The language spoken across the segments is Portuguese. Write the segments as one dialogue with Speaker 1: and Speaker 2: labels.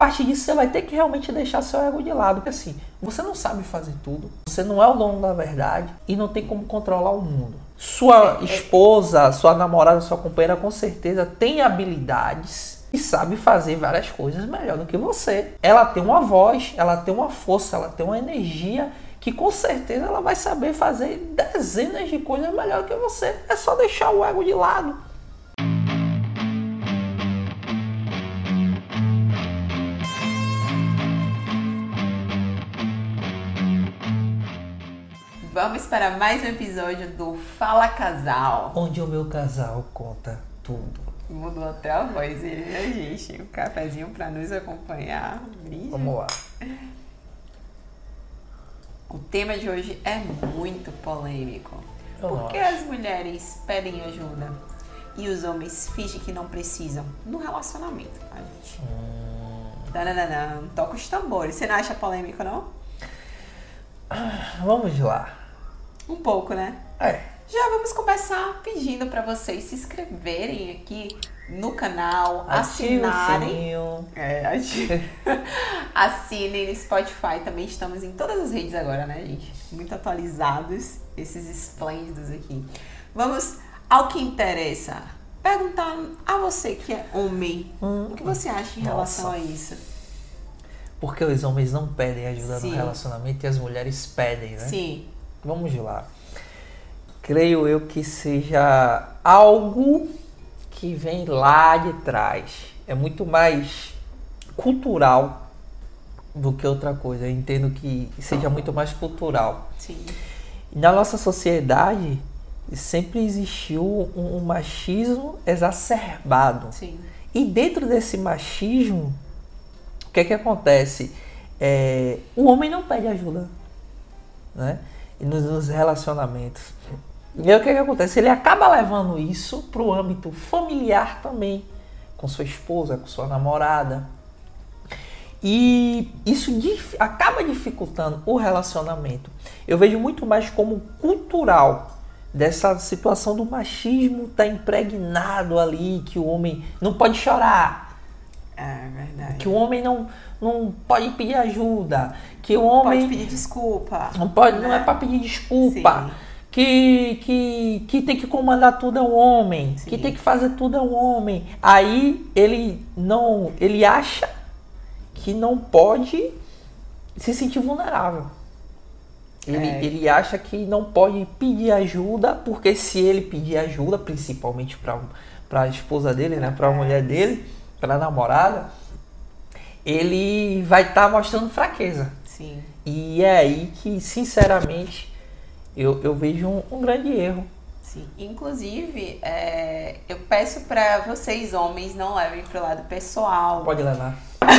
Speaker 1: A partir disso, você vai ter que realmente deixar seu ego de lado. Porque assim, você não sabe fazer tudo, você não é o dono da verdade e não tem como controlar o mundo. Sua esposa, sua namorada, sua companheira, com certeza tem habilidades e sabe fazer várias coisas melhor do que você. Ela tem uma voz, ela tem uma força, ela tem uma energia que com certeza ela vai saber fazer dezenas de coisas melhor do que você. É só deixar o ego de lado.
Speaker 2: Vamos para mais um episódio do Fala Casal.
Speaker 1: Onde o meu casal conta tudo.
Speaker 2: Mudou até a voz dele, né, gente? Um cafezinho para nos acompanhar.
Speaker 1: Vamos lá.
Speaker 2: O tema de hoje é muito polêmico. Por que as mulheres pedem ajuda e os homens fingem que não precisam no relacionamento, tá, gente? Dananana, toca os tambores. Você não acha polêmico, não?
Speaker 1: Vamos lá.
Speaker 2: Um pouco, né?
Speaker 1: É.
Speaker 2: Já vamos começar pedindo para vocês se inscreverem aqui no canal, assinarem. Assinem no Spotify, também estamos em todas as redes agora, né, gente? Muito atualizados, esses esplêndidos aqui. Vamos ao que interessa. Perguntar a você que é homem, o que você acha em relação a isso?
Speaker 1: Porque os homens não pedem ajuda no relacionamento e as mulheres pedem, né?
Speaker 2: Sim.
Speaker 1: Vamos lá. Creio eu que seja algo que vem lá de trás. É muito mais cultural do que outra coisa. Eu entendo que seja muito mais cultural.
Speaker 2: Sim.
Speaker 1: Na nossa sociedade sempre existiu um machismo exacerbado.
Speaker 2: Sim.
Speaker 1: E dentro desse machismo, o que é que acontece? O homem não pede ajuda, né? E nos relacionamentos. E aí o que é que acontece? Ele acaba levando isso para o âmbito familiar também, com sua esposa, com sua namorada. E isso acaba dificultando o relacionamento. Eu vejo muito mais como cultural dessa situação do machismo tá impregnado ali, que o homem não pode chorar.
Speaker 2: É verdade.
Speaker 1: Que o homem não pode pedir ajuda, que o homem
Speaker 2: pode pedir desculpa.
Speaker 1: Não pode, né? Não é para pedir desculpa. Sim. Que tem que comandar tudo é o homem, sim, que tem que fazer tudo é o homem. Aí ele acha que não pode se sentir vulnerável. Ele acha que não pode pedir ajuda, porque se ele pedir ajuda, principalmente para a esposa dele, né, para a mulher dele, para a namorada, ele vai estar mostrando fraqueza.
Speaker 2: Sim.
Speaker 1: E é aí que, sinceramente, eu vejo um grande erro.
Speaker 2: Sim. Inclusive, eu peço para vocês, homens, não levem pro lado pessoal.
Speaker 1: Pode levar.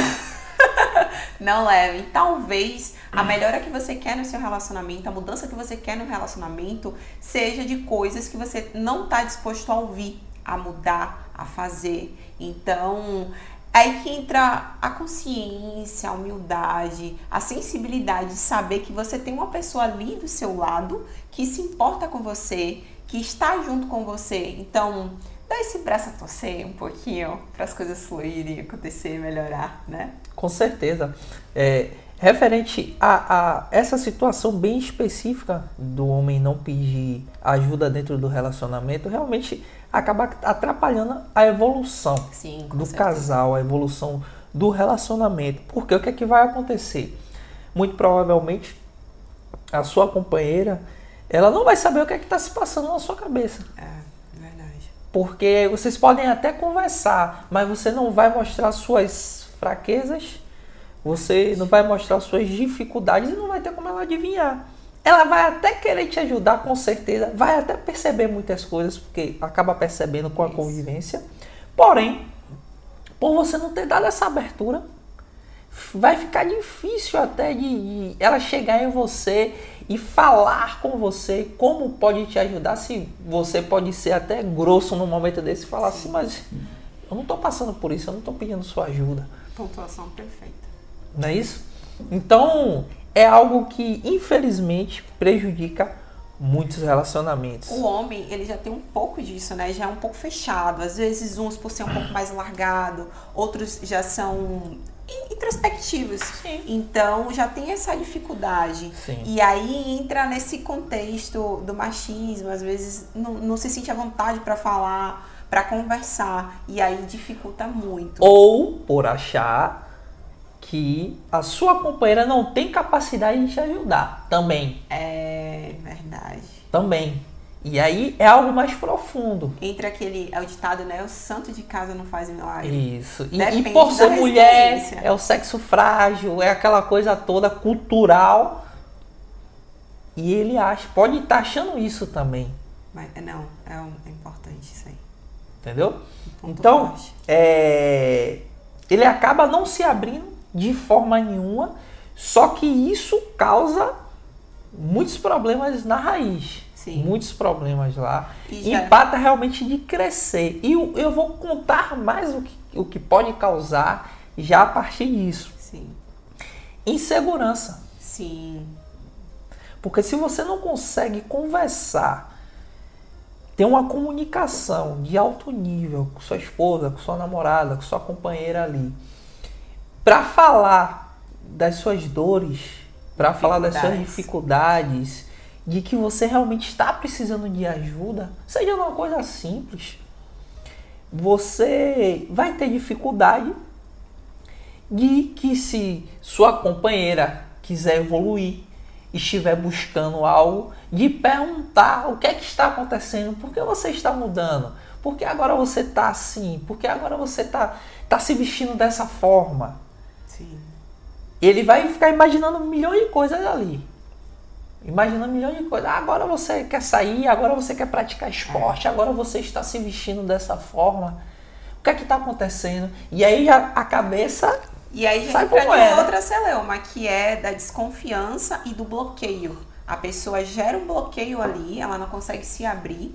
Speaker 2: Não levem. Talvez a melhora que você quer no seu relacionamento, a mudança que você quer no relacionamento, seja de coisas que você não está disposto a ouvir, a mudar, a fazer. Então, aí que entra a consciência, a humildade, a sensibilidade de saber que você tem uma pessoa ali do seu lado que se importa com você, que está junto com você. Então, dá esse braço a torcer um pouquinho para as coisas fluírem, acontecer, melhorar, né?
Speaker 1: Com certeza. Referente a essa situação bem específica do homem não pedir ajuda dentro do relacionamento, realmente acaba atrapalhando a evolução do casal, a evolução do relacionamento. Porque o que é que vai acontecer? Muito provavelmente a sua companheira, ela não vai saber o que é que está se passando na sua cabeça.
Speaker 2: Verdade.
Speaker 1: Porque vocês podem até conversar, mas você não vai mostrar suas fraquezas, você não vai mostrar suas dificuldades e não vai ter como ela adivinhar. Ela vai até querer te ajudar, com certeza, vai até perceber muitas coisas, porque acaba percebendo com a convivência. Porém, por você não ter dado essa abertura, vai ficar difícil até de ela chegar em você e falar com você como pode te ajudar, se você pode ser até grosso num momento desse e falar assim, mas eu não estou passando por isso, eu não estou pedindo sua ajuda.
Speaker 2: Pontuação perfeita.
Speaker 1: Não é isso? Então, é algo que, infelizmente, prejudica muitos relacionamentos.
Speaker 2: O homem, ele já tem um pouco disso, né? Já é um pouco fechado. Às vezes, uns por ser um pouco mais largado, outros já são introspectivos.
Speaker 1: Sim.
Speaker 2: Então já tem essa dificuldade.
Speaker 1: Sim.
Speaker 2: E aí entra nesse contexto do machismo, às vezes não se sente à vontade para falar, para conversar, e aí dificulta muito.
Speaker 1: Ou por achar que a sua companheira não tem capacidade de te ajudar também.
Speaker 2: É verdade.
Speaker 1: Também. E aí é algo mais profundo.
Speaker 2: Entra é o ditado, né? O santo de casa não faz milagre.
Speaker 1: Isso. E
Speaker 2: Depende
Speaker 1: por ser
Speaker 2: da
Speaker 1: mulher,
Speaker 2: resiliência.
Speaker 1: é o sexo frágil, é aquela coisa toda cultural. E ele pode estar achando isso também.
Speaker 2: Mas não, é importante isso aí.
Speaker 1: Entendeu?
Speaker 2: Ponto
Speaker 1: Então,
Speaker 2: forte.
Speaker 1: ele acaba não se abrindo de forma nenhuma, só que isso causa muitos problemas na raiz.
Speaker 2: Sim.
Speaker 1: Muitos problemas lá.
Speaker 2: E
Speaker 1: empata realmente de crescer. E eu vou contar mais o que pode causar já a partir disso.
Speaker 2: Sim.
Speaker 1: Insegurança.
Speaker 2: Sim.
Speaker 1: Porque se você não consegue conversar, ter uma comunicação de alto nível com sua esposa, com sua namorada, com sua companheira ali, para falar das suas dores, para falar das suas dificuldades, de que você realmente está precisando de ajuda, seja uma coisa simples, você vai ter dificuldade de que, se sua companheira quiser evoluir, estiver buscando algo, de perguntar o que é que está acontecendo, por que você está mudando, por que agora você está assim, por que agora você está se vestindo dessa forma.
Speaker 2: Sim.
Speaker 1: Ele vai ficar imaginando milhões de coisas ali. Imaginando milhões de coisas. Agora você quer sair, agora você quer praticar esporte, agora você está se vestindo dessa forma. O que é que está acontecendo? E aí a cabeça...
Speaker 2: E aí já entra em outra celeuma, que é da desconfiança e do bloqueio. A pessoa gera um bloqueio ali, ela não consegue se abrir,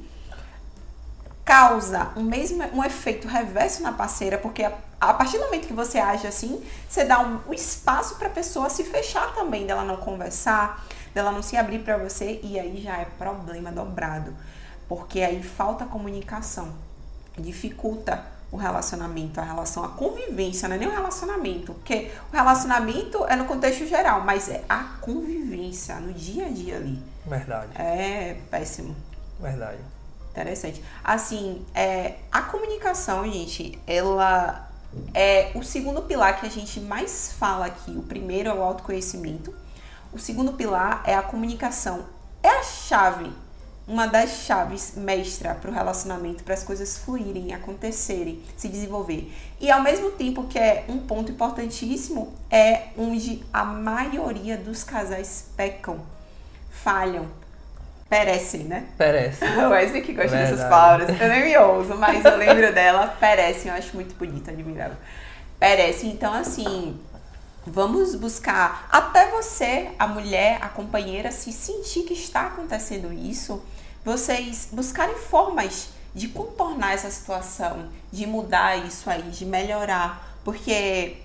Speaker 2: causa um efeito reverso na parceira, porque a partir do momento que você age assim, você dá um espaço para a pessoa se fechar também, dela não conversar, dela não se abrir para você, e aí já é problema dobrado, porque aí falta comunicação, dificulta o relacionamento, a relação, a convivência, não é nem o relacionamento, porque o relacionamento é no contexto geral, mas é a convivência no dia a dia ali.
Speaker 1: Verdade.
Speaker 2: É péssimo.
Speaker 1: Verdade.
Speaker 2: Interessante. Assim, a comunicação, gente, ela é o segundo pilar que a gente mais fala aqui. O primeiro é o autoconhecimento. O segundo pilar é a comunicação. É a chave, uma das chaves mestra para o relacionamento, para as coisas fluírem, acontecerem, se desenvolver. E ao mesmo tempo que é um ponto importantíssimo, é onde a maioria dos casais pecam, falham, perecem, né?
Speaker 1: Perecem.
Speaker 2: O Wesley que gosta dessas palavras, eu nem me ouço, mas eu lembro dela, perecem, eu acho muito bonita, admirável. Perecem, então assim... Vamos buscar, até você, a mulher, a companheira, se sentir que está acontecendo isso, vocês buscarem formas de contornar essa situação, de mudar isso aí, de melhorar, porque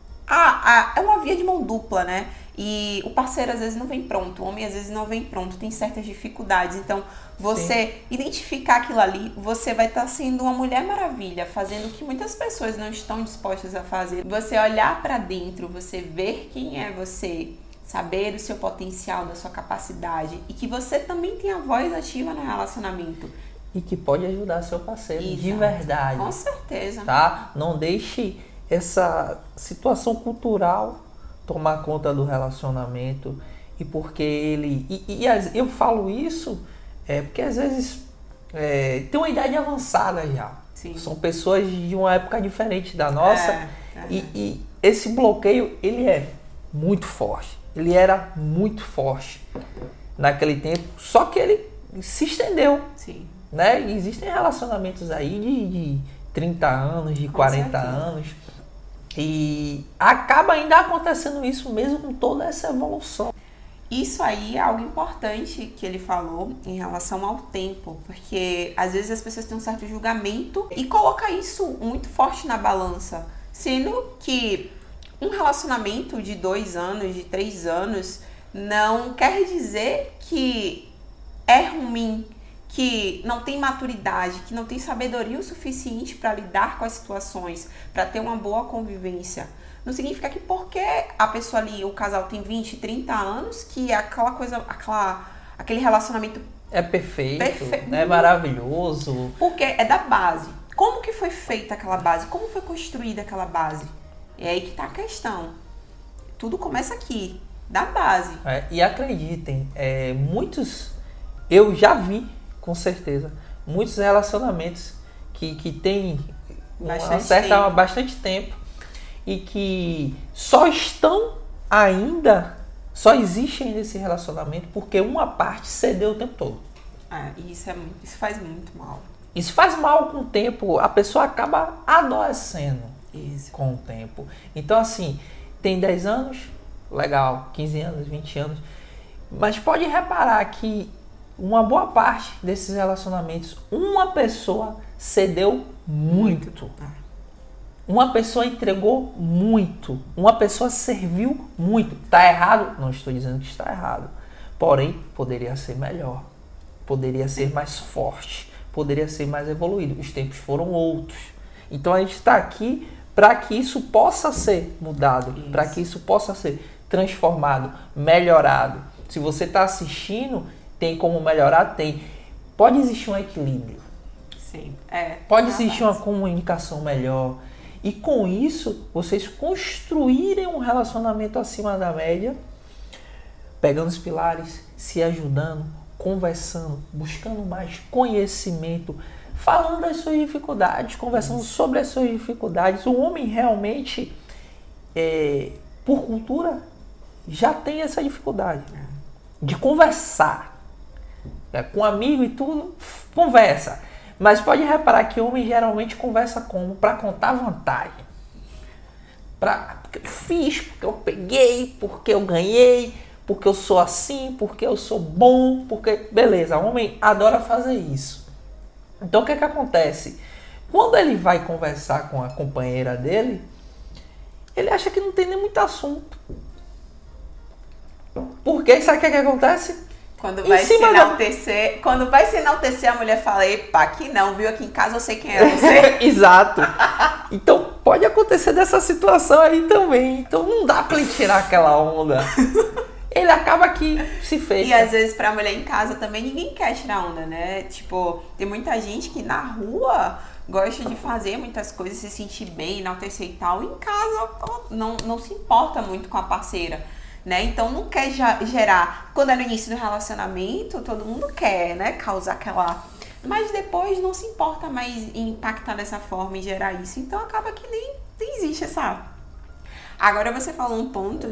Speaker 2: é uma via de mão dupla, né? E o parceiro às vezes não vem pronto, o homem às vezes não vem pronto, tem certas dificuldades. Então, você identificar aquilo ali, você vai estar sendo uma mulher maravilha, fazendo o que muitas pessoas não estão dispostas a fazer. Você olhar para dentro, você ver quem é você, saber o seu potencial, da sua capacidade, e que você também tem a voz ativa no relacionamento.
Speaker 1: E que pode ajudar seu parceiro.
Speaker 2: Exato.
Speaker 1: De verdade.
Speaker 2: Com certeza.
Speaker 1: Tá? Não deixe essa situação cultural tomar conta do relacionamento, e porque ele... eu falo isso porque às vezes tem uma idade avançada já.
Speaker 2: Sim.
Speaker 1: São pessoas de uma época diferente da nossa. E esse bloqueio, ele é muito forte. Ele era muito forte naquele tempo, só que ele se estendeu.
Speaker 2: Sim.
Speaker 1: Né? E existem relacionamentos aí de 30 anos, de 40 anos. E acaba ainda acontecendo isso mesmo com toda essa evolução.
Speaker 2: Isso aí é algo importante que ele falou em relação ao tempo, porque às vezes as pessoas têm um certo julgamento e colocam isso muito forte na balança, sendo que um relacionamento de 2 anos, de 3 anos, não quer dizer que é ruim, que não tem maturidade, que não tem sabedoria o suficiente para lidar com as situações, para ter uma boa convivência. Não significa que porque a pessoa ali, o casal tem 20, 30 anos, que é aquela coisa, aquele relacionamento
Speaker 1: é perfeito, é maravilhoso.
Speaker 2: Porque é da base. Como que foi feita aquela base? Como foi construída aquela base? É aí que tá a questão. Tudo começa aqui, da base.
Speaker 1: E acreditem, muitos, eu já vi, com certeza, muitos relacionamentos que tem bastante tempo e que só existem nesse relacionamento porque uma parte cedeu o tempo todo.
Speaker 2: Isso faz muito mal.
Speaker 1: Isso faz mal com o tempo, a pessoa acaba adoecendo com o tempo. Então, assim, tem 10 anos, legal, 15 anos, 20 anos, mas pode reparar que uma boa parte desses relacionamentos, uma pessoa cedeu muito. Uma pessoa entregou muito. Uma pessoa serviu muito. Está errado? Não estou dizendo que está errado. Porém, poderia ser melhor. Poderia ser mais forte. Poderia ser mais evoluído. Os tempos foram outros. Então a gente está aqui para que isso possa ser mudado. Para que isso possa ser transformado, melhorado. Se você está assistindo, tem como melhorar? Tem. Pode existir um equilíbrio.
Speaker 2: Sim.
Speaker 1: Pode existir uma comunicação melhor. E com isso, vocês construírem um relacionamento acima da média, pegando os pilares, se ajudando, conversando, buscando mais conhecimento, falando das suas dificuldades, conversando sobre as suas dificuldades. O homem realmente, por cultura, já tem essa dificuldade de conversar. Com amigo e tudo, conversa. Mas pode reparar que o homem geralmente conversa como? Para contar vantagem. Porque eu fiz, porque eu peguei, porque eu ganhei, porque eu sou assim, porque eu sou bom, porque... Beleza, o homem adora fazer isso. Então o que acontece? Quando ele vai conversar com a companheira dele, ele acha que não tem nem muito assunto. Porque sabe o que acontece?
Speaker 2: Quando vai se enaltecer, a mulher fala, epa, aqui não, viu? Aqui em casa eu sei quem é você.
Speaker 1: Exato. Então, pode acontecer dessa situação aí também. Então, não dá pra ele tirar aquela onda. Ele acaba que se fecha.
Speaker 2: E às vezes pra mulher em casa também ninguém quer tirar onda, né? Tipo, tem muita gente que na rua gosta de fazer muitas coisas, se sentir bem, enaltecer e tal. Em casa não se importa muito com a parceira. Né? Então não quer gerar, quando é no início do relacionamento, todo mundo quer, né? Causar aquela... Mas depois não se importa mais em impactar dessa forma e gerar isso. Então acaba que nem existe essa... Agora você falou um ponto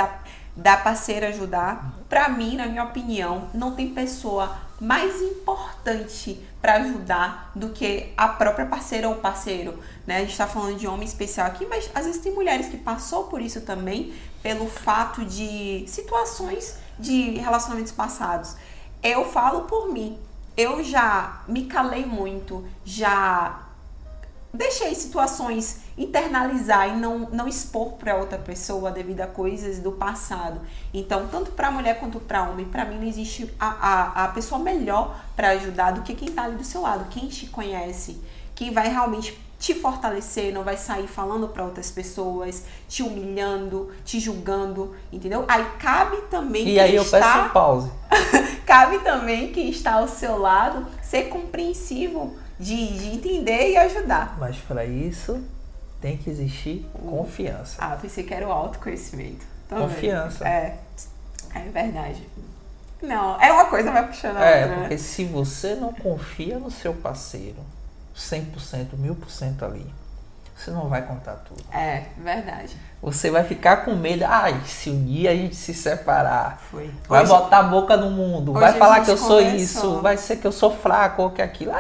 Speaker 2: da parceira ajudar. Pra mim, na minha opinião, não tem pessoa mais importante para ajudar do que a própria parceira ou parceiro, né? A gente tá falando de homem especial aqui, mas às vezes tem mulheres que passou por isso também, pelo fato de situações de relacionamentos passados. Eu falo por mim, eu já me calei muito, já deixei situações internalizar e não expor para outra pessoa devido a coisas do passado. Então, tanto para mulher quanto para homem, para mim não existe a pessoa melhor para ajudar do que quem tá ali do seu lado, quem te conhece, quem vai realmente te fortalecer, não vai sair falando para outras pessoas, te humilhando, te julgando, entendeu? Aí cabe também
Speaker 1: peço um pause.
Speaker 2: Cabe também quem está ao seu lado ser compreensivo de entender e ajudar.
Speaker 1: Mas para isso tem que existir confiança.
Speaker 2: Pensei que era o autoconhecimento.
Speaker 1: Confiança.
Speaker 2: É verdade. Não, é uma coisa vai puxando a outra.
Speaker 1: Porque se você não confia no seu parceiro 100%, 1000% ali, você não vai contar tudo.
Speaker 2: É, verdade.
Speaker 1: Você vai ficar com medo. Se um dia a gente se separar, vai botar a boca no mundo, vai falar que eu sou isso, vai ser que eu sou fraco ou que aquilo.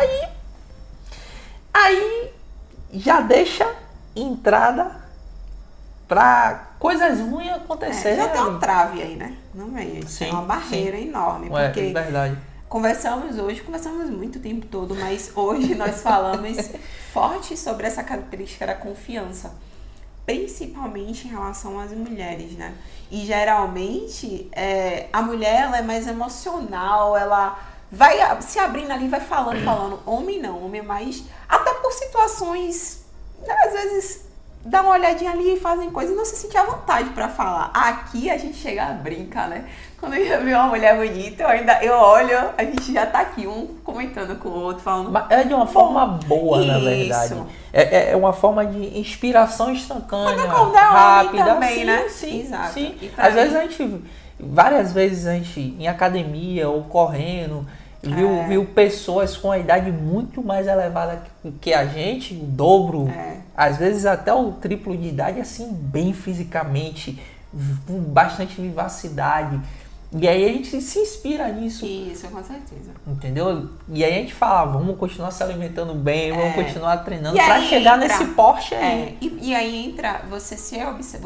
Speaker 1: Aí já deixa entrada pra coisas ruins acontecerem.
Speaker 2: Já tem uma trave aí, né? No meio.
Speaker 1: Sim,
Speaker 2: é uma barreira enorme. Porque
Speaker 1: é verdade.
Speaker 2: Conversamos muito o tempo todo, mas hoje nós falamos forte sobre essa característica da confiança, principalmente em relação às mulheres, né? E geralmente a mulher ela é mais emocional, ela vai se abrindo ali, vai falando. Homem não, homem é mais... Até por situações, às vezes, dá uma olhadinha ali, fazem coisa e não se sentir à vontade pra falar. Aqui a gente chega a brincar, né? Quando eu já vi uma mulher bonita, eu olho, a gente já tá aqui, um comentando com o outro, falando...
Speaker 1: Mas é de uma forma boa, na
Speaker 2: Isso.
Speaker 1: verdade. É uma forma de inspiração instantânea,
Speaker 2: Quando é
Speaker 1: rápida.
Speaker 2: também,
Speaker 1: sim,
Speaker 2: né?
Speaker 1: Sim,
Speaker 2: Exato.
Speaker 1: sim.
Speaker 2: E pra
Speaker 1: Às
Speaker 2: mim-
Speaker 1: vezes várias vezes a gente, em academia ou correndo, viu pessoas com a idade muito mais elevada que a gente, o dobro, às vezes até o triplo de idade, assim, bem fisicamente, com bastante vivacidade. E aí a gente se inspira nisso.
Speaker 2: Isso, com certeza.
Speaker 1: Entendeu? E aí a gente fala, vamos continuar se alimentando bem, vamos continuar treinando
Speaker 2: E aí
Speaker 1: pra chegar
Speaker 2: entra-
Speaker 1: nesse porte aí.
Speaker 2: E aí entra você ser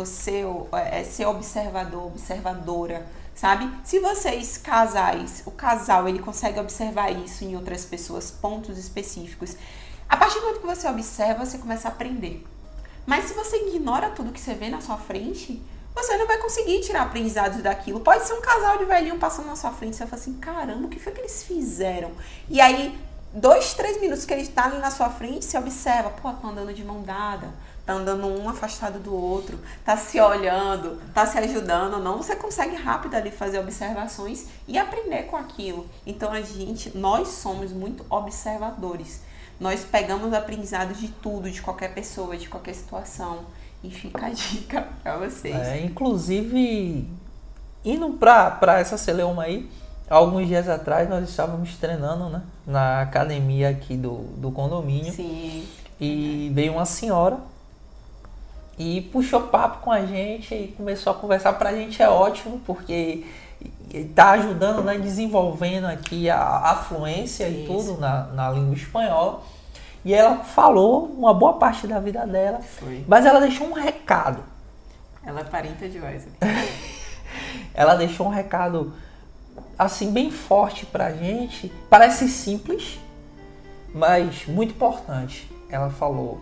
Speaker 2: observador, observadora, sabe? Se vocês, casais, o casal, ele consegue observar isso em outras pessoas, pontos específicos. A partir do momento que você observa, você começa a aprender. Mas se você ignora tudo que você vê na sua frente, você não vai conseguir tirar aprendizados daquilo. Pode ser um casal de velhinho passando na sua frente, você vai falar assim, caramba, o que foi que eles fizeram? E aí, 2, 3 minutos que ele está ali na sua frente, você observa, pô, tá andando de mão dada, tá andando um afastado do outro, tá se olhando, tá se ajudando, não, você consegue rápido ali fazer observações e aprender com aquilo. Então nós somos muito observadores. Nós pegamos aprendizados de tudo, de qualquer pessoa, de qualquer situação. E fica a dica pra vocês.
Speaker 1: Inclusive, indo pra essa celeuma aí, alguns dias atrás nós estávamos treinando, né, na academia aqui do condomínio.
Speaker 2: Sim.
Speaker 1: E veio uma senhora e puxou papo com a gente e começou a conversar. Pra gente é ótimo, porque tá ajudando, né, desenvolvendo aqui a fluência e tudo na língua espanhola. E ela falou uma boa parte da vida dela, mas ela deixou um recado.
Speaker 2: Ela é parenta de Wesley.
Speaker 1: Ela deixou um recado, assim, bem forte pra gente. Parece simples, mas muito importante. Ela falou,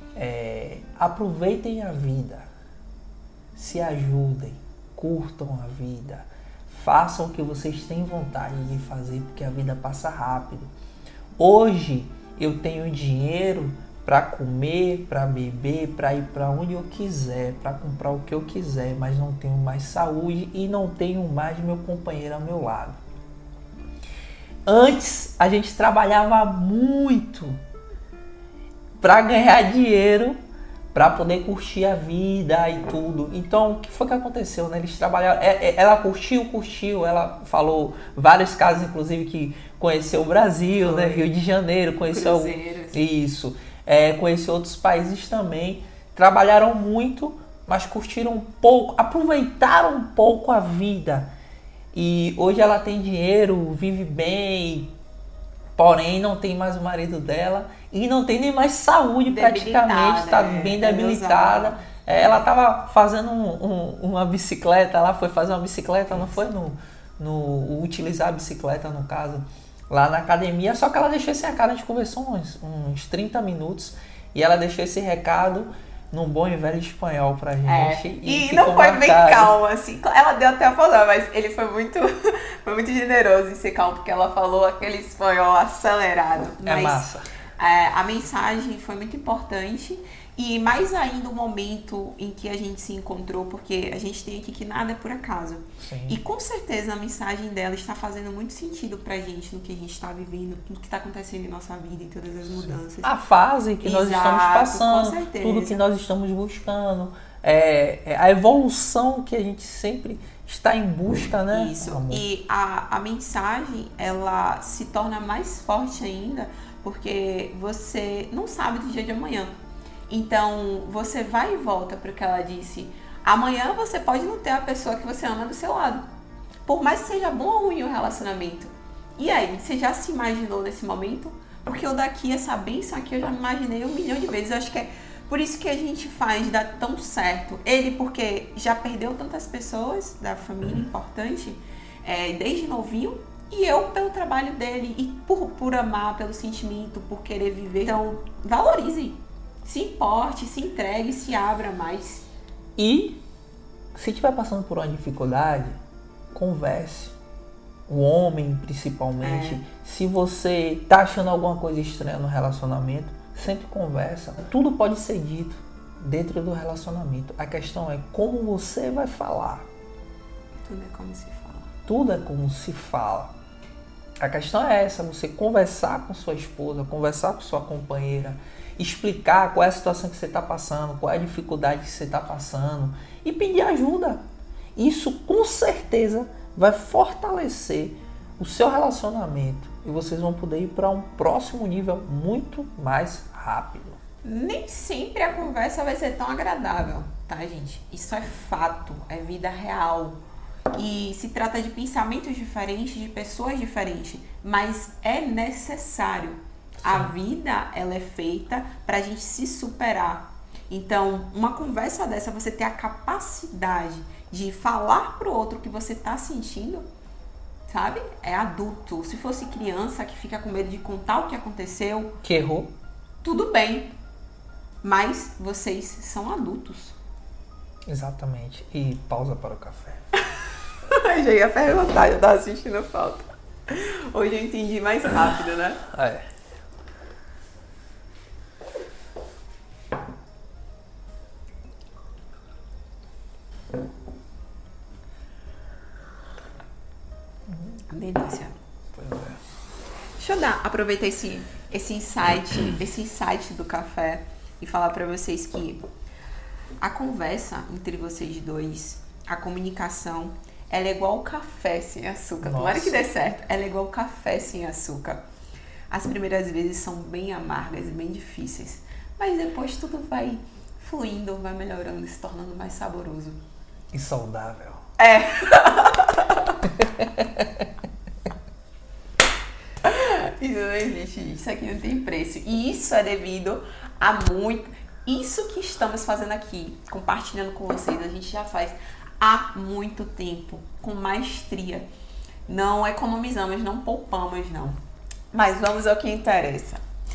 Speaker 1: aproveitem a vida, se ajudem, curtam a vida, façam o que vocês têm vontade de fazer, porque a vida passa rápido. Hoje eu tenho dinheiro para comer, para beber, para ir para onde eu quiser, para comprar o que eu quiser, mas não tenho mais saúde e não tenho mais meu companheiro ao meu lado. Antes a gente trabalhava muito para ganhar dinheiro, para poder curtir a vida e tudo. Então, o que foi que aconteceu, né? Eles trabalharam, ela curtiu, ela falou vários casos, inclusive, que conheceu o Brasil, né? Rio de Janeiro, conheceu isso, conheceu outros países também. Trabalharam muito, mas curtiram um pouco, aproveitaram um pouco a vida. E hoje ela tem dinheiro, vive bem, porém não tem mais o marido dela e não tem nem mais saúde praticamente, está bem debilitada. Ela estava fazendo uma bicicleta, ela foi fazer uma bicicleta, não foi utilizar a bicicleta no caso, lá na academia, só que ela deixou esse recado, a gente conversou uns 30 minutos e ela deixou esse recado num bom e velho espanhol pra gente.
Speaker 2: E não foi bem calmo, assim. Ela deu até a falar, mas ele foi muito generoso em ser calmo, porque ela falou aquele espanhol acelerado. Mas,
Speaker 1: massa.
Speaker 2: A mensagem foi muito importante. E mais ainda o momento em que a gente se encontrou, porque a gente tem aqui que nada é por acaso.
Speaker 1: Sim.
Speaker 2: E com certeza a mensagem dela está fazendo muito sentido pra gente no que a gente está vivendo, tudo que está acontecendo em nossa vida, em todas as mudanças.
Speaker 1: A fase que nós estamos passando,
Speaker 2: com certeza.
Speaker 1: tudo que nós estamos buscando, a evolução que a gente sempre está em busca, né?
Speaker 2: Isso.
Speaker 1: Amor?
Speaker 2: E a mensagem, ela se torna mais forte ainda, porque você não sabe do dia de amanhã. Então, você vai e volta para o que ela disse. Amanhã você pode não ter a pessoa que você ama do seu lado. Por mais que seja bom ou ruim o relacionamento. E aí, você já se imaginou nesse momento? Porque eu daqui, essa bênção aqui, eu já me imaginei 1 milhão de vezes. Eu acho que é por isso que a gente faz dar tão certo. Ele, porque já perdeu tantas pessoas da família importante, desde novinho. E eu, pelo trabalho dele. E por amar, pelo sentimento, por querer viver. Então, valorize. Se importe, se entregue, se abra mais.
Speaker 1: E se estiver passando por uma dificuldade, converse. O homem, principalmente. Se você está achando alguma coisa estranha no relacionamento, sempre conversa. Tudo pode ser dito. dentro do relacionamento. A questão é como você vai falar.
Speaker 2: Tudo é como se fala.
Speaker 1: Tudo é como se fala. A questão é essa, você conversar com sua esposa, conversar com sua companheira, explicar qual é a situação que você está passando, qual é a dificuldade que você está passando e pedir ajuda. Isso com certeza vai fortalecer o seu relacionamento e vocês vão poder ir para um próximo nível muito mais rápido.
Speaker 2: Nem sempre a conversa vai ser tão agradável, tá, gente? Isso é fato, é vida real. E se trata de pensamentos diferentes, de pessoas diferentes, mas é necessário. Sim. A vida, ela é feita pra gente se superar. Então, uma conversa dessa, você ter a capacidade de falar pro outro o que você tá sentindo, sabe? É adulto. Se fosse criança que fica com medo de contar o que aconteceu,
Speaker 1: que errou,
Speaker 2: tudo bem. Mas vocês são adultos.
Speaker 1: Exatamente. E pausa para o café.
Speaker 2: Eu já ia perguntar, eu tava assistindo falta. Hoje eu entendi mais rápido, né?
Speaker 1: É.
Speaker 2: Delícia.
Speaker 1: Pois é.
Speaker 2: Deixa eu aproveitar esse insight do café e falar pra vocês que a conversa entre vocês dois, a comunicação, ela é igual café sem açúcar.
Speaker 1: Nossa.
Speaker 2: Tomara que dê certo. Ela é igual café sem açúcar. As primeiras vezes são bem amargas, bem difíceis. Mas depois tudo vai fluindo, vai melhorando, se tornando mais saboroso.
Speaker 1: E saudável.
Speaker 2: É. Isso não existe, gente. Isso aqui não tem preço. E isso é devido a muito... Isso que estamos fazendo aqui, compartilhando com vocês, a gente já faz há muito tempo, com maestria. Não economizamos, não poupamos, não. Mas vamos ao que interessa.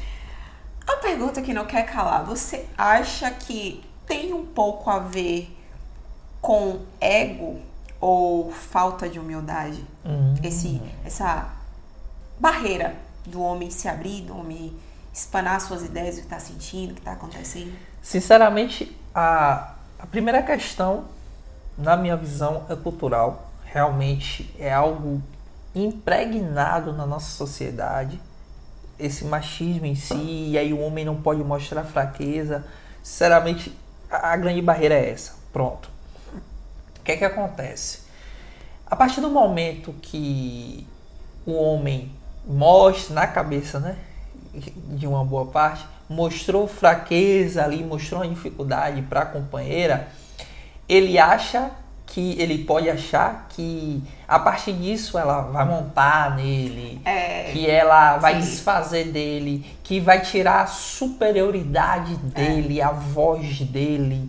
Speaker 2: A pergunta que não quer calar, você acha que tem um pouco a ver com ego ou falta de humildade? Essa barreira do homem se abrir, do homem espanar suas ideias, o que está sentindo, o que está acontecendo?
Speaker 1: Sinceramente, a primeira questão, na minha visão, é cultural. Realmente é algo impregnado na nossa sociedade, esse machismo em si, e aí o homem não pode mostrar fraqueza. Sinceramente, a grande barreira é essa. Pronto. O que é que acontece? A partir do momento que o homem mostra na cabeça, né, de uma boa parte, mostrou fraqueza ali, mostrou uma dificuldade para a companheira, ele pode achar que a partir disso ela vai montar nele, que ela vai desfazer dele, que vai tirar a superioridade dele, a voz dele,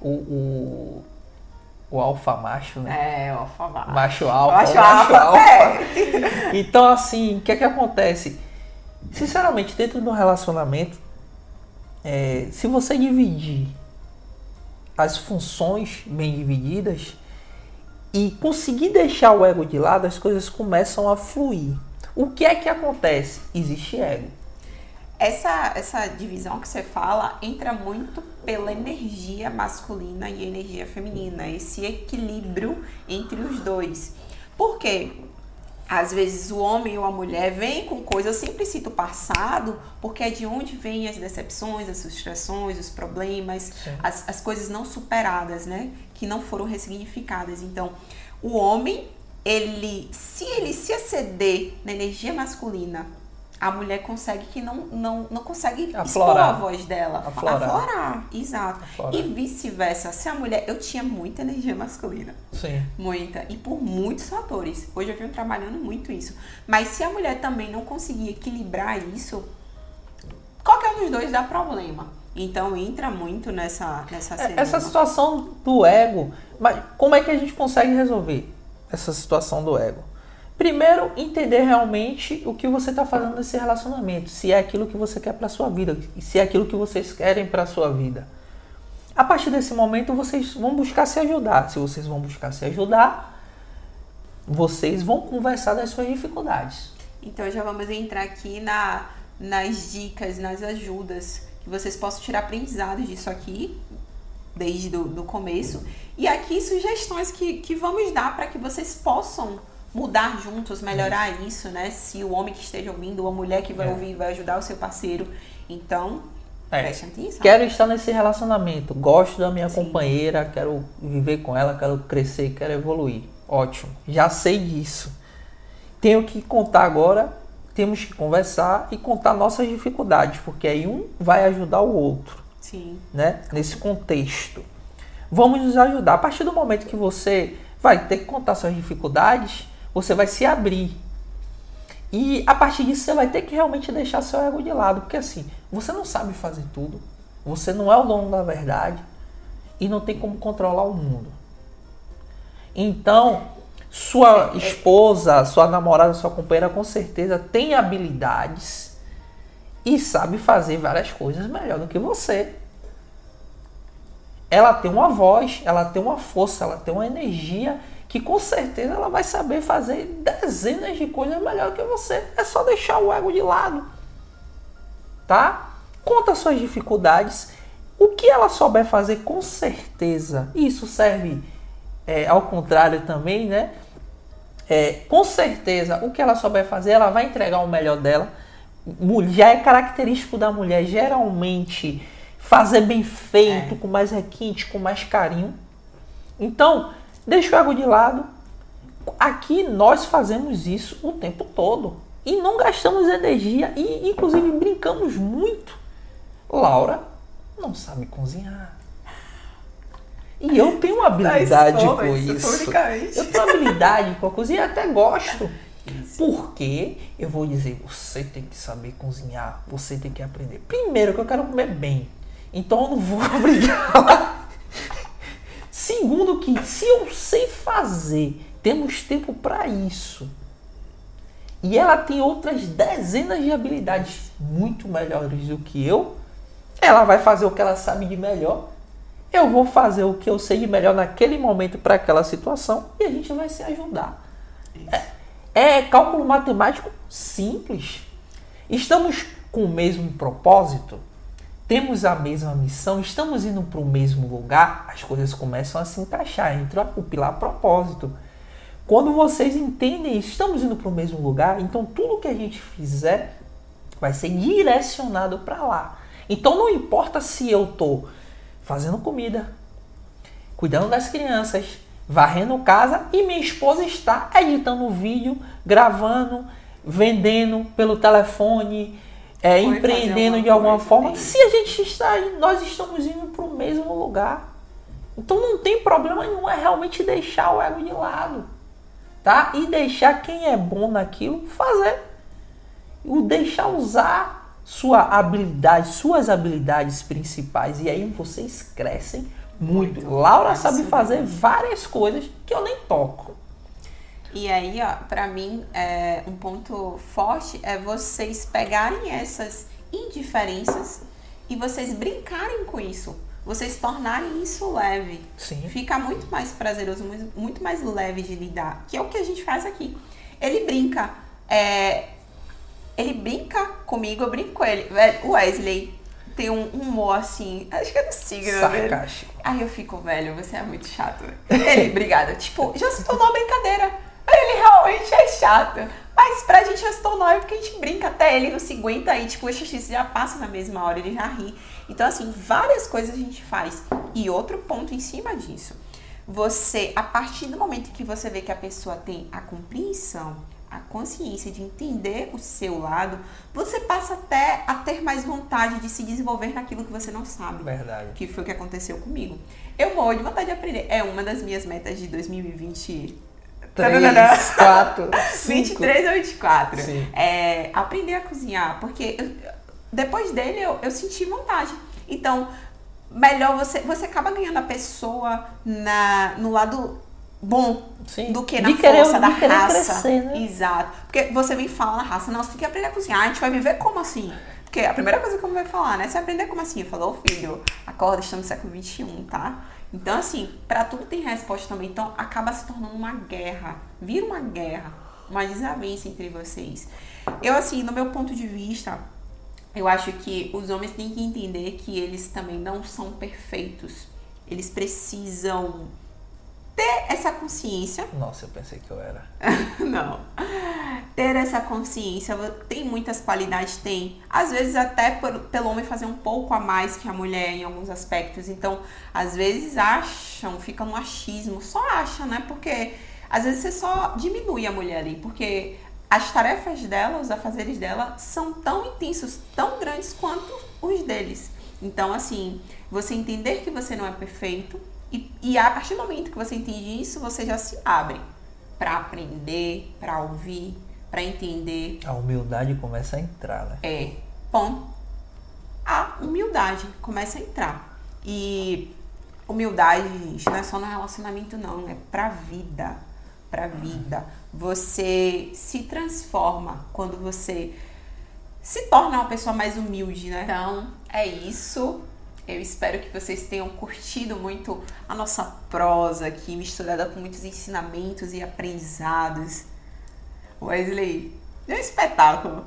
Speaker 1: o alfa macho, né?
Speaker 2: O alfa macho.
Speaker 1: Macho alfa.
Speaker 2: Macho alfa.
Speaker 1: Então, assim, o que é que acontece? Sinceramente, dentro de um relacionamento, se você dividir as funções bem divididas e conseguir deixar o ego de lado, as coisas começam a fluir. O que é que acontece? Existe ego.
Speaker 2: Essa divisão que você fala entra muito pela energia masculina e energia feminina, esse equilíbrio entre os dois. Por quê? Às vezes o homem ou a mulher vem com coisas, eu sempre cito o passado, porque é de onde vêm as decepções, as frustrações, os problemas, as coisas não superadas, né? Que não foram ressignificadas. Então, o homem, se ele se exceder na energia masculina, a mulher consegue que não consegue expor a voz dela. Aflorar, exato. Aflorar. E vice-versa. Se a mulher... Eu tinha muita energia masculina.
Speaker 1: Sim.
Speaker 2: Muita. E por muitos fatores. Hoje eu venho trabalhando muito isso. Mas se a mulher também não conseguir equilibrar isso, qualquer um dos dois dá problema. Então entra muito nessa
Speaker 1: essa situação do ego. Mas como é que a gente consegue resolver essa situação do ego? Primeiro, entender realmente o que você está fazendo nesse relacionamento. Se é aquilo que você quer para a sua vida. Se é aquilo que vocês querem para a sua vida. A partir desse momento, vocês vão buscar se ajudar. Se vocês vão buscar se ajudar, vocês vão conversar das suas dificuldades.
Speaker 2: Então, já vamos entrar aqui nas dicas, nas ajudas, que vocês possam tirar aprendizados disso aqui, desde do começo. E aqui sugestões que vamos dar para que vocês possam mudar juntos, melhorar isso, né? Se o homem que esteja ouvindo ou a mulher que vai ouvir vai ajudar o seu parceiro. Então, preste atenção.
Speaker 1: Quero estar nesse relacionamento, gosto da minha companheira, quero viver com ela, quero crescer, quero evoluir. Ótimo, já sei disso. Tenho que contar agora, temos que conversar e contar nossas dificuldades, porque aí um vai ajudar o outro.
Speaker 2: Sim.
Speaker 1: Né? Nesse contexto. Vamos nos ajudar. A partir do momento que você vai ter que contar suas dificuldades, você vai se abrir. E a partir disso você vai ter que realmente deixar seu ego de lado. Porque assim, você não sabe fazer tudo. Você não é o dono da verdade. E não tem como controlar o mundo. Então, sua esposa, sua namorada, sua companheira com certeza tem habilidades e sabe fazer várias coisas melhor do que você. Ela tem uma voz, ela tem uma força, ela tem uma energia que com certeza ela vai saber fazer dezenas de coisas melhor do que você. É só deixar o ego de lado. Tá? Conta suas dificuldades. O que ela souber fazer com certeza, isso serve ao contrário também, né? Com certeza, o que ela souber fazer, ela vai entregar o melhor dela. Já é característico da mulher, geralmente, fazer bem feito, com mais requinte, com mais carinho. Então, deixa o ego de lado. Aqui nós fazemos isso o tempo todo. E não gastamos energia e, inclusive, brincamos muito. Laura não sabe cozinhar. E eu tenho uma habilidade com isso. Eu tenho uma habilidade com a cozinha e até gosto. Porque eu vou dizer, você tem que saber cozinhar, você tem que aprender. Primeiro que eu quero comer bem. Então eu não vou obrigar. Segundo que se eu sei fazer, temos tempo para isso. E ela tem outras dezenas de habilidades muito melhores do que eu. Ela vai fazer o que ela sabe de melhor. Eu vou fazer o que eu sei de melhor naquele momento para aquela situação. E a gente vai se ajudar. É cálculo matemático simples. Estamos com o mesmo propósito. Temos a mesma missão. Estamos indo para o mesmo lugar. As coisas começam a se encaixar. Entra o pilar propósito. Quando vocês entendem isso, estamos indo para o mesmo lugar. Então tudo que a gente fizer vai ser direcionado para lá. Então não importa se eu estou fazendo comida, cuidando das crianças, varrendo casa e minha esposa está editando vídeo, gravando, vendendo pelo telefone, empreendendo de alguma forma. Se a gente está, nós estamos indo para o mesmo lugar. Então não tem problema nenhum, é realmente deixar o ego de lado, tá? E deixar quem é bom naquilo fazer. O deixar usar suas habilidades principais, e aí vocês crescem muito. Laura sabe fazer várias coisas que eu nem toco.
Speaker 2: E aí, ó, pra mim, um ponto forte é vocês pegarem essas indiferenças e vocês brincarem com isso. Vocês tornarem isso leve.
Speaker 1: Sim.
Speaker 2: Fica muito mais prazeroso, muito mais leve de lidar, que é o que a gente faz aqui. Ele brinca, comigo, eu brinco com ele. O Wesley tem um humor assim, acho que é do signo,
Speaker 1: sarcástico.
Speaker 2: Aí eu fico, velho, você é muito chato. Ele, obrigada. Tipo, já se tornou uma brincadeira. Ele realmente é chato. Mas pra gente já se tornou, porque a gente brinca até ele não se aguenta e, tipo, o exercício já passa na mesma hora, ele já ri. Então, assim, várias coisas a gente faz. E outro ponto em cima disso. Você, a partir do momento que você vê que a pessoa tem a compreensão, a consciência de entender o seu lado, você passa até a ter mais vontade de se desenvolver naquilo que você não sabe.
Speaker 1: Verdade.
Speaker 2: Que foi o que aconteceu comigo. Eu morro de vontade de aprender. É uma das minhas metas de 2020.
Speaker 1: 3, 4,
Speaker 2: 23 ou 24.
Speaker 1: Sim.
Speaker 2: Aprender a cozinhar. Porque depois dele eu senti vontade. Então, melhor você acaba ganhando a pessoa no lado bom.
Speaker 1: Sim.
Speaker 2: Do que na força da raça.
Speaker 1: Crescer, né?
Speaker 2: Exato. Porque você vem falar na raça, não, você tem que aprender a cozinhar, a gente vai viver como assim? Porque a primeira coisa que eu vou falar, né? Você vai aprender como assim? Eu falo, filho, acorda, estamos no século XXI, tá? Então, assim, pra tudo tem resposta também. Então, acaba se tornando uma guerra. Vira uma guerra, uma desavença entre vocês. Eu, assim, no meu ponto de vista, eu acho que os homens têm que entender que eles também não são perfeitos. eles precisam ter essa consciência.
Speaker 1: Nossa, eu pensei que eu era.
Speaker 2: Não. Ter essa consciência. Tem muitas qualidades, tem. Às vezes até pelo homem fazer um pouco a mais que a mulher em alguns aspectos. Então, às vezes acham, fica no achismo. Só acha, né? Porque às vezes você só diminui a mulher ali. Porque as tarefas dela, os afazeres dela são tão intensos, tão grandes quanto os deles. Então, assim, você entender que você não é perfeito. E a partir do momento que você entende isso, você já se abre para aprender, para ouvir, para entender.
Speaker 1: A humildade começa a entrar, né?
Speaker 2: Bom, a humildade começa a entrar. E humildade, gente, não é só no relacionamento, não. É pra vida. Pra vida. Você se transforma quando você se torna uma pessoa mais humilde, né? Então, é isso. Eu espero que vocês tenham curtido muito a nossa prosa aqui, misturada com muitos ensinamentos e aprendizados. Wesley, é um espetáculo.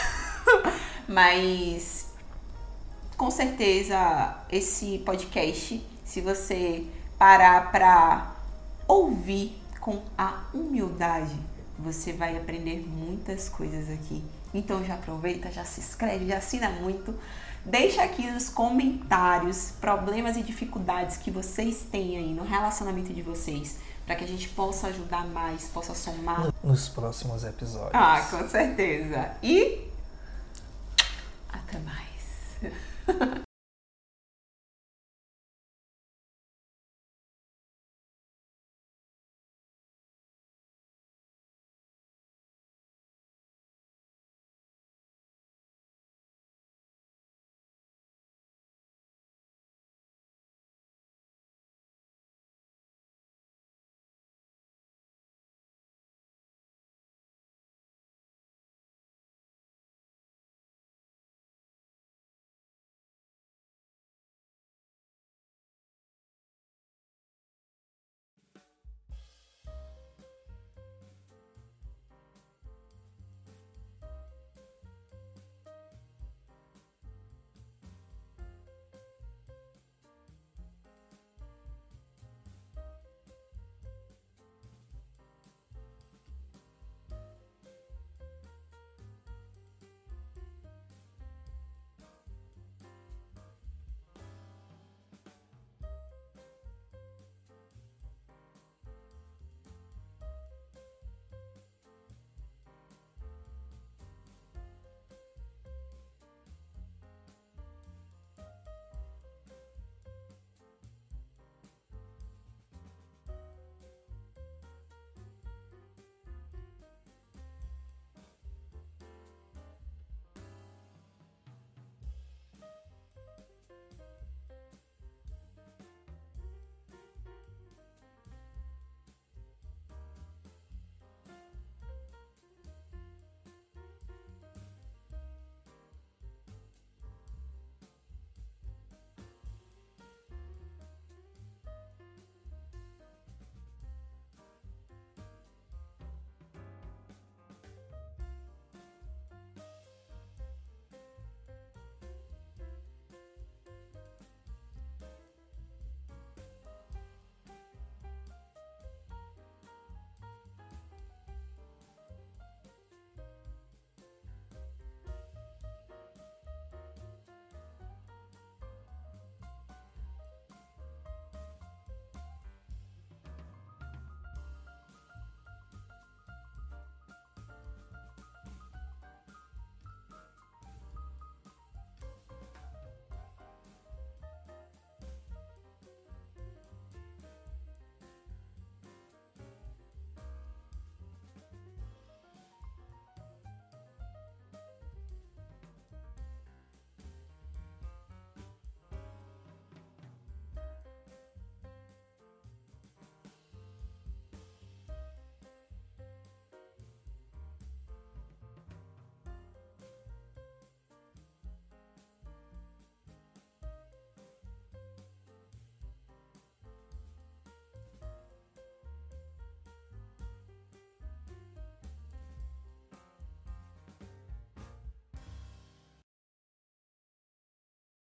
Speaker 2: Mas, com certeza, esse podcast, se você parar para ouvir com a humildade, você vai aprender muitas coisas aqui. Então já aproveita, já se inscreve, já assina muito. Deixa aqui nos comentários problemas e dificuldades que vocês têm aí no relacionamento de vocês, para que a gente possa ajudar mais, possa somar
Speaker 1: nos próximos episódios.
Speaker 2: Com certeza. E até mais.